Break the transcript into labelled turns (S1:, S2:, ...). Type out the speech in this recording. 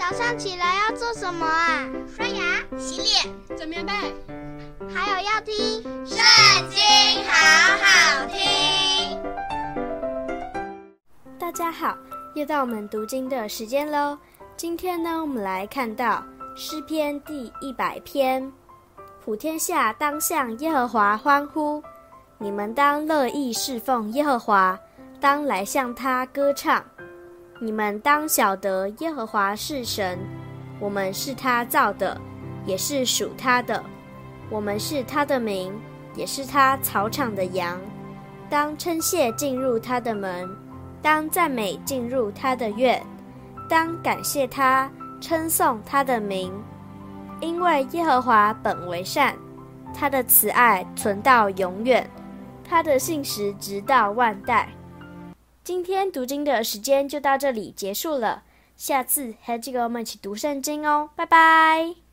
S1: 早上起来要做什么啊？
S2: 刷牙、洗脸、
S3: 整棉被，
S1: 还有要听《
S2: 圣经》，好好听。
S4: 大家好，又到我们读经的时间咯。今天呢，我们来看到诗篇第100篇。普天下当向耶和华欢呼，你们当乐意侍奉耶和华，当来向他歌唱。你们当晓得耶和华是神，我们是他造的，也是属他的。我们是他的民，也是他草场的羊。当称谢进入他的门，当赞美进入他的院，当感谢他，称颂他的名。因为耶和华本为善，他的慈爱存到永远，他的信实直到万代。今天读经的时间就到这里结束了，下次还记得我们一起读圣经哦，拜拜。